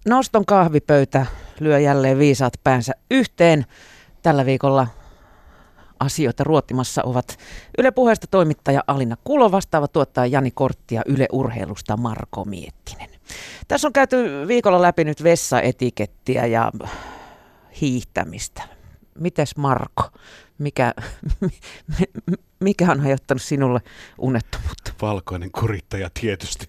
Noston kahvipöytä lyö jälleen viisaat päänsä yhteen. Tällä viikolla asioita ruotimassa ovat Yle Puheesta toimittaja Alina Kulo, vastaava tuottaja Jani Kortti ja Yle Urheilusta Marko Miettinen. Tässä on käyty viikolla läpi nyt vessaetikettiä ja hiihtämistä. Mites Marko, mikä on aiheuttanut sinulle unettomuutta? Valkoinen kurittaja tietysti.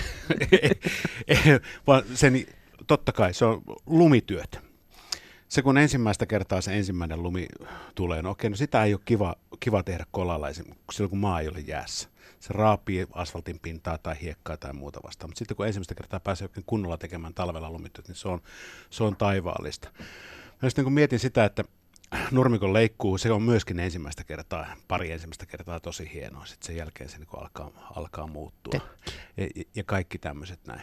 Vaan totta kai se on lumityöt. Se kun ensimmäistä kertaa se ensimmäinen lumi tulee, no okei, no sitä ei ole kiva tehdä kolalla silloin kun maa ei ole jäässä. Se raapii asfaltin pintaa tai hiekkaa tai muuta vastaan, mutta sitten kun ensimmäistä kertaa pääsee kunnolla tekemään talvella lumityöt, niin se on taivaallista. Mä just niin kun mietin sitä, että nurmikon leikkuu, se on myöskin pari ensimmäistä kertaa tosi hienoa, sitten sen jälkeen se niin alkaa muuttua ja kaikki tämmöiset näin.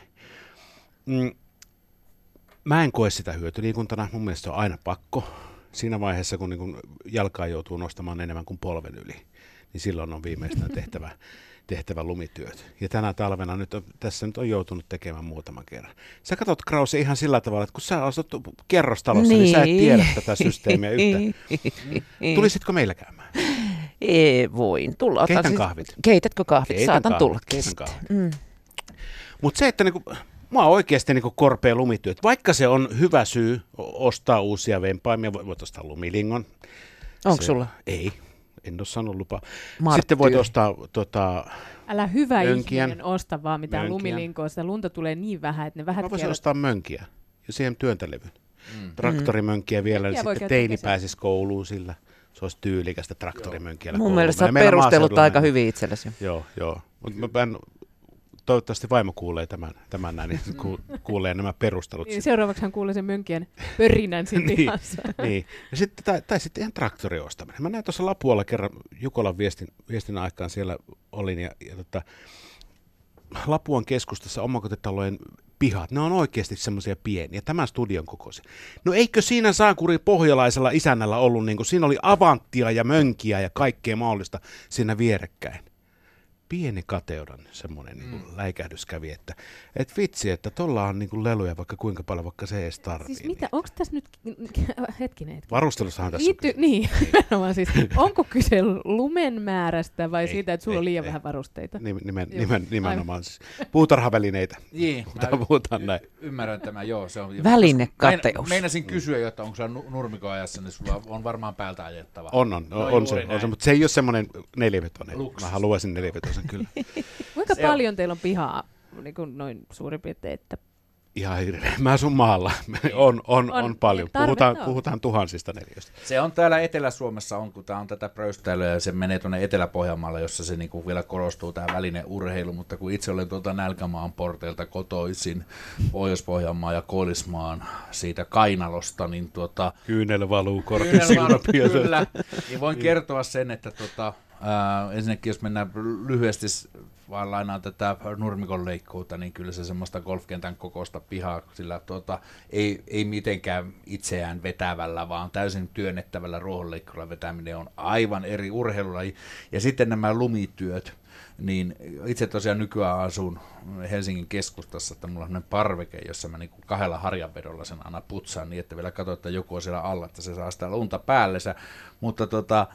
Mä en koe sitä hyötyliikuntana, mun mielestä se on aina pakko. Siinä vaiheessa, kun niin jalkaa joutuu nostamaan enemmän kuin polven yli, niin silloin on viimeistään tehtävä lumityöt. Ja tänä talvena tässä on joutunut tekemään muutaman kerran. Sä katsot, Krause, ihan sillä tavalla, että kun sä asut kerrostalossa, niin sä et tiedä tätä systeemiä yhtään. Tulisitko meillä käymään? Voin tulla. Keitän kahvit. Keitätkö kahvit? Saatan tulla. Mutta se, että niinku, mua oikeasti niinku korpea lumityöt, vaikka se on hyvä syy ostaa uusia vempaimia, voit ostaa lumilingon. Onko sulla? Ei. En ole saanut lupaa. Marttyy. Sitten voit ostaa Älä hyvä mönkiän. ihminen osta vaan mitään lumilinkoa. Sitä lunta tulee niin vähän, että ne vähät mä voisin ostaa mönkiä ja siihen työntelevyn. Traktorimönkiä vielä, niin sitten teini pääsisi kouluun sillä. Se olisi tyylikästä traktorimönkiä. Mun mielestä olet perustellut aika hyvin itsellesi. Joo. Mutta toivottavasti vaimo kuulee tämän näin, niin kuulee nämä perustelut. Niin, seuraavaksi hän kuulee sen mönkien pörinän siinä pihassa. Niin. Ja sitten, tai sitten ihan traktori ostaminen. Mä näin tuossa Lapualla kerran Jukolan viestin aikaan siellä olin ja Lapuan keskustassa omakotitalojen pihat, ne on oikeasti semmoisia pieniä, tämän studion kokoisia. No eikö siinä saakuri pohjalaisella isännällä ollut, niin kuin siinä oli avanttia ja mönkiä ja kaikkea mahdollista siinä vierekkäin. Pieni kateudan semmoinen niin läikähdys kävi, että vitsi, että tuolla on niin leluja vaikka kuinka paljon, vaikka se ei edes tarvii. Siis mitä, onko tässä nyt, hetkinen. Varustelussahan tässä on kyse. Niin, siis, onko kyse lumen määrästä vai siitä, että sulla on liian vähän varusteita? Nimenomaan. Siis puutarhavälineitä. Niin, puhutaan näin. Ymmärrän tämän, joo. Se on, välinekateus. Meinasin kysyä, että onko sulla nurmikoajassa, niin sulla on varmaan päältä ajettava. On se, mutta se ei ole semmoinen nelivetoinen. Mä haluaisin nelivetoisen kyllä. Kuinka paljon teillä on pihaa, niin kuin noin suurin piirtein, että... Ihan hirveä. Mä asun maalla. On paljon. Puhutaan tuhansista neliöistä. Se on täällä Etelä-Suomessa, kun tämä on tätä pröystäilyä ja se menee tuonne Etelä-Pohjanmaalle, jossa se niinku vielä korostuu tämä välineurheilu, mutta kun itse olen tuolta Nälkämaan porteilta kotoisin, Pohjois-Pohjanmaa ja Koillismaan siitä Kainalosta, niin Kyynel valuu korpisilmäpiötä. Kyllä, niin voin kertoa sen, että ensinnäkin jos mennään lyhyesti vaan lainaan tätä nurmikon leikkuuta, niin kyllä se semmoista golfkentän kokoista pihaa, sillä ei mitenkään itseään vetävällä, vaan täysin työnnettävällä ruohonleikkurilla vetäminen on aivan eri urheilulaji. Ja sitten nämä lumityöt, niin itse tosiaan nykyään asun Helsingin keskustassa, että mulla on sellainen parveke, jossa mä niinku 2 harjanvedolla sen aina putsaan niin, että vielä katsoin, että joku on siellä alla, että se saa sitä lunta päällensä, mutta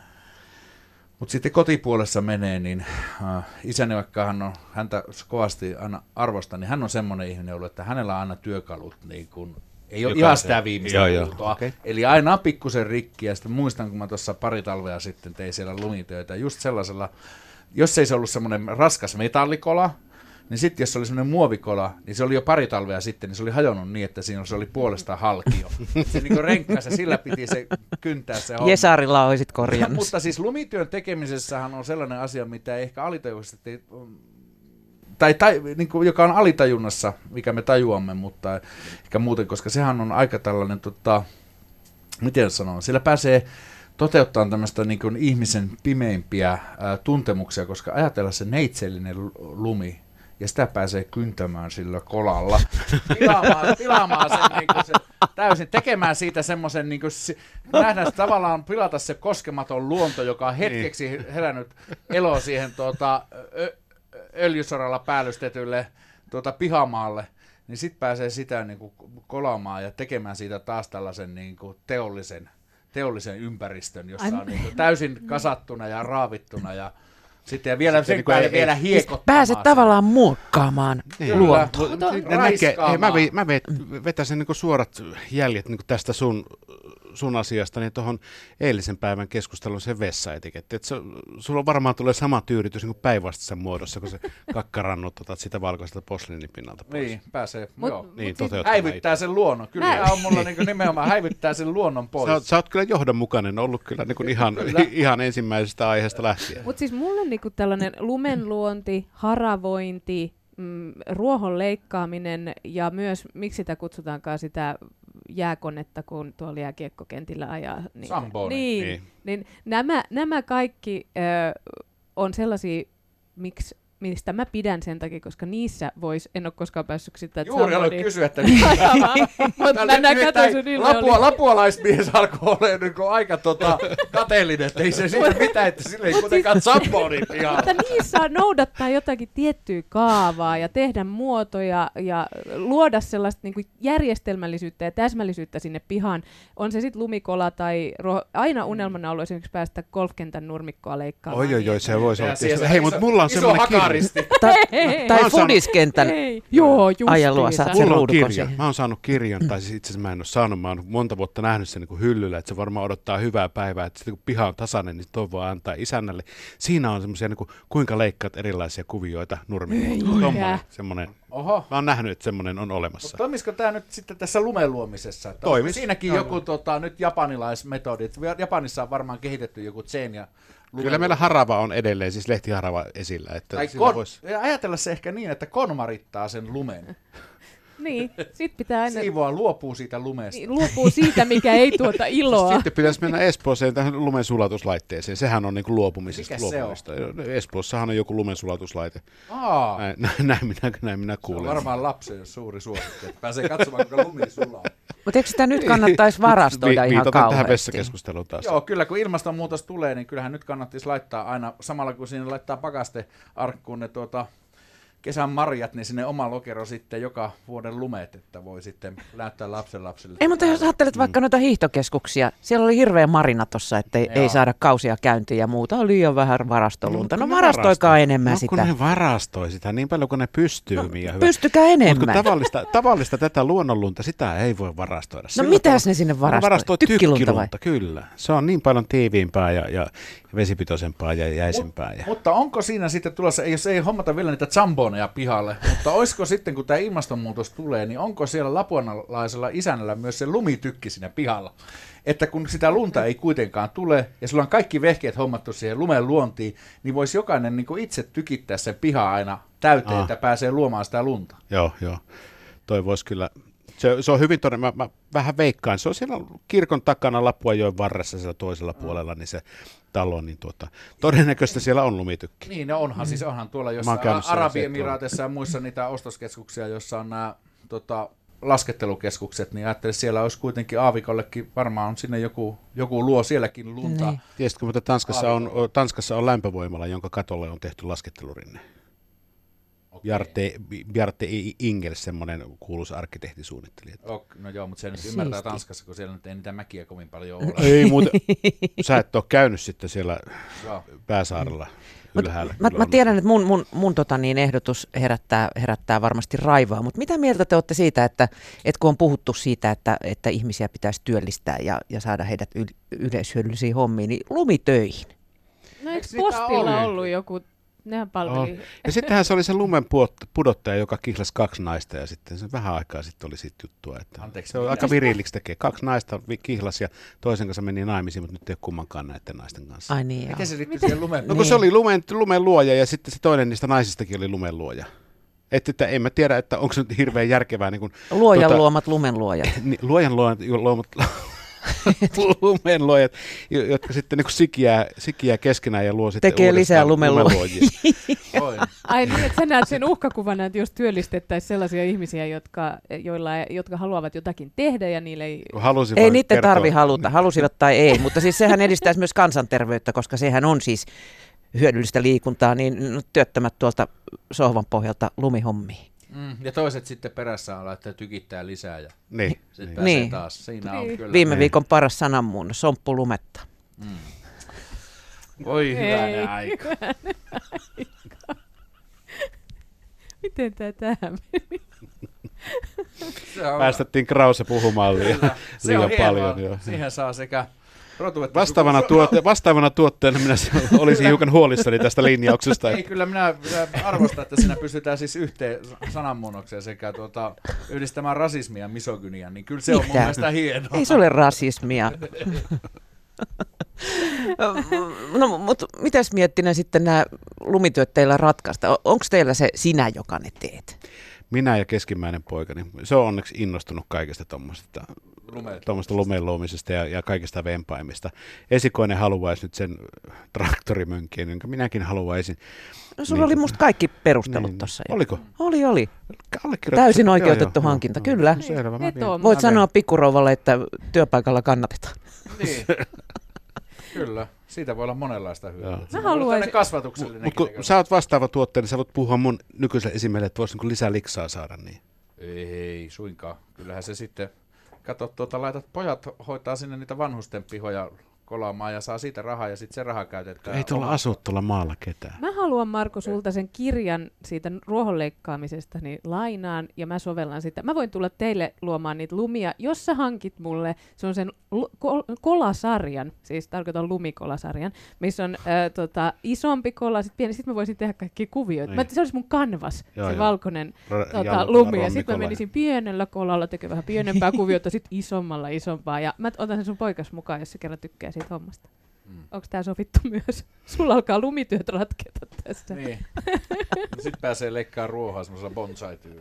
mutta sitten kotipuolessa menee, niin isäni, vaikka häntä kovasti aina arvostan, niin hän on semmoinen ihminen ollut, että hänellä on aina työkalut, niin kun, ei ole ihan sitä viimeistä huutoa. Okay. Eli aina pikkusen rikki, ja sitten muistan, kun mä tuossa pari talvea sitten tein siellä lumitöitä, just sellaisella, jos ei se ollut semmoinen raskas metallikola, niin sitten jos se oli semmoinen muovikola, niin se oli jo pari talvea sitten, niin se oli hajonnut niin, että siinä se oli puolestaan halki jo. Se niin käsi ja sillä piti se kyntää se homma. Jesarilla olisit korjannut. Mutta siis lumityön tekemisessähän on sellainen asia, mitä ei ehkä alitajuisesti, tai niin kuin, joka on alitajunnassa, mikä me tajuamme, mutta ehkä muuten, koska sehän on aika tällainen, miten sanon, sillä pääsee toteuttaa tämmöistä niin kuin ihmisen pimeimpiä tuntemuksia, koska ajatella se neitsellinen lumi, ja sitä pääsee kyntämään sillä kolalla, pilaamaan sen, niin kuin se täysin, tekemään siitä semmoisen, niin kuin, nähdään tavallaan pilata se koskematon luonto, joka on hetkeksi herännyt eloa siihen öljysoralla päällystetylle pihamaalle, niin sitten pääsee sitä niin kuin kolaamaan ja tekemään siitä taas tällaisen niin kuin teollisen ympäristön, jossa on niin kuin täysin kasattuna ja raavittuna ja sitten ja vielä sen päälle vielä hiekottamaan. Pääset tavallaan muokkaamaan luontoa. Mä vetäisin niin suorat jäljet niin tästä sun asiasta niin tuohon eilisen päivän keskustelun sen vessaetiketti. Sulla varmaan tulee sama tyydytys niin päinvastaisessa muodossa, kun se kakkarannut otat sitä valkoiselta posliinipinnalta pois. Niin, pääsee. Niin, häivyttää sen luonnon. Kyllä tämä on mulla niin nimenomaan häivyttää sen luonnon pois. Sä oot kyllä johdonmukainen ollut kyllä, niin ihan ensimmäisestä aiheesta lähtien. Mutta siis mulla on niinku tällainen lumenluonti, haravointi, ruohon leikkaaminen ja myös, miksi sitä kutsutaankaan sitä jääkonetta, kun tuolla jääkiekkokentillä ajaa. Samboni. Niin nämä kaikki on sellaisia, mistä mä pidän sen takia, koska niissä en ole koskaan päässyt sitä, että juuri aloin kysyä, että mutta mä katsoin sun lapualaismies alkoi olla niin aika kateellinen, että ei se siitä mitään, että sille ei kuitenkaan Sambonin pihalla. Mutta niissä noudattaa jotakin tiettyä kaavaa ja tehdä muotoja ja luoda sellaista niin kuin järjestelmällisyyttä ja täsmällisyyttä sinne pihaan. On se sitten lumikola tai aina unelmana ollut esimerkiksi päästä golfkentän nurmikkoa leikkaamaan. Oi, se voisi olla. Hei, mutta mulla on semmoinen kirja. Tai fudiskentän ajelua saat sen ruudukon siihen. Mä oon saanut kirjan, tai siis itse asiassa mä en ole saanut, mä oon monta vuotta nähnyt sen niin hyllyllä, että se varmaan odottaa hyvää päivää, että sitten kun piha on tasainen, niin toi voi antaa isännälle. Siinä on semmoisia, niin kuinka leikkaat erilaisia kuvioita nurmikolla. Semmoinen. Oho. Mä oon nähnyt, että semmoinen on olemassa. Mutta toimisiko tämä nyt sitten tässä lumen luomisessa? Toimis. Siinäkin joku nyt japanilaismetodit. Japanissa on varmaan kehitetty joku zen ja kyllä meillä harava on edelleen, siis lehtiharava esillä. Että ajatella se ehkä niin, että konmarittaa sen lumen. Niin, sit pitää aina... luopuu siitä lumesta. Niin, luopuu siitä, mikä ei tuota iloa. Sitten pitäisi mennä Espooseen tähän lumensulatuslaitteeseen. Sehän on niin kuin luopumisesta. Mikä luopumista. Espoossahan on joku lumensulatuslaite. Näin minä kuulen. Se on varmaan lapsen suuri suosikki, että pääsee katsomaan, kuinka lumi sulaa. Mutta eikö sitä nyt kannattaisi varastoida ihan kauheasti? Tähän vessakeskusteluun taas. Joo, kyllä kun ilmastonmuutos tulee, niin kyllähän nyt kannattaisi laittaa aina, samalla kun siinä laittaa pakastearkkuun ne kesän marjat, niin sinne oma lokero sitten joka vuoden lumet, että voi sitten näyttää lapsenlapsille. Ei, mutta jos ajattelet vaikka noita hiihtokeskuksia, siellä oli hirveä marina tossa, että ei saada kausia käyntiin ja muuta, on liian vähän varastolunta. No varastoikaa enemmän sitä. Kun ne varastoi sitä niin paljon kuin ne pystyy. Pystykää enemmän. Mutta tavallista tätä luonnonlunta, sitä ei voi varastoida. No mitäs ne sinne varastoi? Tykkilunta vai? Kyllä. Se on niin paljon tiiviimpää ja vesipitoisempaa ja jäisempää. Mutta onko siinä sitten tulossa, jos ei hommata vielä niitä zamboneja pihalle, mutta olisiko sitten, kun tämä ilmastonmuutos tulee, niin onko siellä lapualaisella isännällä myös se lumitykki siinä pihalla? Että kun sitä lunta ei kuitenkaan tule, ja sulla on kaikki vehkeet hommattu siihen lumen luontiin, niin voisi jokainen niin kuin itse tykittää sen pihaa aina täyteen, että pääsee luomaan sitä lunta. Joo. Toi voisi kyllä... Se on hyvin todennäköisesti, mä vähän veikkaan, se on siellä kirkon takana Lapuanjoen varressa siellä toisella puolella, niin se talo, niin todennäköisesti siellä on lumitykki. Niin, onhan, siis onhan tuolla jossain Arabiemiraateissa ja muissa niitä ostoskeskuksia, jossa on nämä laskettelukeskukset, niin ajattelin, että siellä olisi kuitenkin aavikollekin, varmaan on sinne joku luo sielläkin lunta. Niin. Tiesitkö, mutta Tanskassa on lämpövoimala, jonka katolle on tehty laskettelurinne. Bjarte Ingels, semmoinen kuuluisa arkkitehtisuunnittelija. No joo, mutta se nyt ymmärtää Tanskassa, kun siellä nyt ei niitä mäkiä kovin paljon ole. Ei muuten, sä et ole käynyt sitten siellä Pääsaarella ylhäällä. Mä tiedän, että mun ehdotus herättää varmasti raivoa, mutta mitä mieltä te olette siitä, että kun on puhuttu siitä, että ihmisiä pitäisi työllistää ja saada heidät yleishyödyllisiin hommiin, niin lumitöihin? No eikö postilla ollut joku... Nehän palveli. Ja sittenhän se oli se lumen pudottaja, joka kihlasi 2 naista ja sitten se vähän aikaa sitten oli siitä juttua. Että se on aika viriiliksi tekee. 2 naista kihlasi ja toisen kanssa meni naimisiin, mutta nyt ei ole kummankaan näiden naisten kanssa. Ai niin, miten se liittyy siihen lumen? No kun se oli lumen luoja ja sitten se toinen niistä naisistakin oli lumen luoja. Että en mä tiedä, että onko se nyt hirveän järkevää. Niin luojan luomat lumenluojat. Luojan luomat lumenluojat, jotka sitten niin sikiää keskenään ja luo sitten tekee lisää lumenluojia. Ai niin, että sä näet sen uhkakuvana, että jos työllistettäisiin sellaisia ihmisiä, jotka haluavat jotakin tehdä ja niille ei niiden tarvi haluta, halusivat tai ei, mutta siis sehän edistäisi myös kansanterveyttä, koska sehän on siis hyödyllistä liikuntaa, niin työttömät tuolta sohvan pohjalta lumihommiin. Ja toiset sitten perässä laittaa tykittää lisää ja Niin. sitten Niin. pääsee Niin. taas. Siinä on kyllä. Viime viikon paras sananmuunnos, somppulumetta. Voi hyvänen Ei, aika. Miten tää tähän meni? Se on, Päästettiin Krause puhumaan liian se on paljon. hienoa. Joo. Siihen saa sekä rotu että Vastaavana tuotteena minä olisin hiukan huolissani tästä linjauksesta. Ei, kyllä minä arvostan, että siinä pystytään siis yhteen sananmuunnokseen sekä yhdistämään rasismia ja misogyniaa, niin kyllä se on mun Mitä? mielestä hienoa. Ei se ole rasismia. No, mutta mitäs Miettinen sitten nämä lumityöt teillä ratkaista? Onko teillä se sinä, joka ne teet? Minä ja keskimmäinen poikani. Se on onneksi innostunut kaikesta tuommoista lumeen luomisesta ja kaikista vempaimista. Esikoinen haluaisi nyt sen traktorimönkien, jonka minäkin haluaisin. No sulla Niin. oli musta kaikki perustelut Niin. tuossa. Oliko? Oli. Allekirjoitin. Täysin oikeutettu Joo, hankinta, joo. kyllä. No, selvä, mä Veto. vien. Voit Mä sanoa pikkurouvalle, että työpaikalla kannatetaan. Niin. Kyllä, siitä voi olla monenlaista hyötyä. Joo. Se Mä voi olla haluaisin- tämmöinen kasvatuksellinen. Mutta kun sä oot vastaava tuottaja, niin sä voit puhua mun nykyiselle esimerkille, että voisi niin lisää liksaa saada. Niin. Ei suinkaan. Kyllähän se sitten, kato laitat pojat hoitaa sinne niitä vanhusten pihoja kolaamaan ja saa siitä rahaa ja sitten se raha käytetään. Ei tuolla asu tuolla maalla ketään. Mä haluan, Marko, sulta sen kirjan siitä ruohonleikkaamisesta niin lainaan ja mä sovellan sitä. Mä voin tulla teille luomaan niitä lumia, jos sä hankit mulle, se on sen kolasarjan, siis tarkoitan lumikolasarjan, missä on isompi kola, sitten pieni, sitten mä voisin tehdä kaikkia kuvioita. Niin. Se olisi mun kanvas, Joo, se joo. valkoinen lumi, ja sitten mä menisin pienellä kolalla tekemään vähän pienempää kuviota, sitten isommalla isompaa, ja mä otan sen sun poikas mukaan, jos se kerran tykkää siitä hommasta. Onko tää sovittu myös? Sulla alkaa lumityöt ratketa tässä. Niin. No sit pääsee leikkaamaan ruohaa semmoisella bonsai-tyylillä.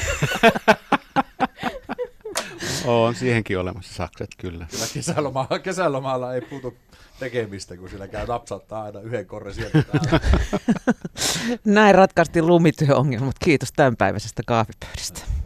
On siihenkin olemassa sakset, kyllä. Kyllä kesälomalla ei puutu tekemistä, kun sillä käy napsattaa aina yhden korren sieltä täällä. Näin ratkaistiin lumityöongelmat. Kiitos tämänpäiväisestä kahvipöydästä.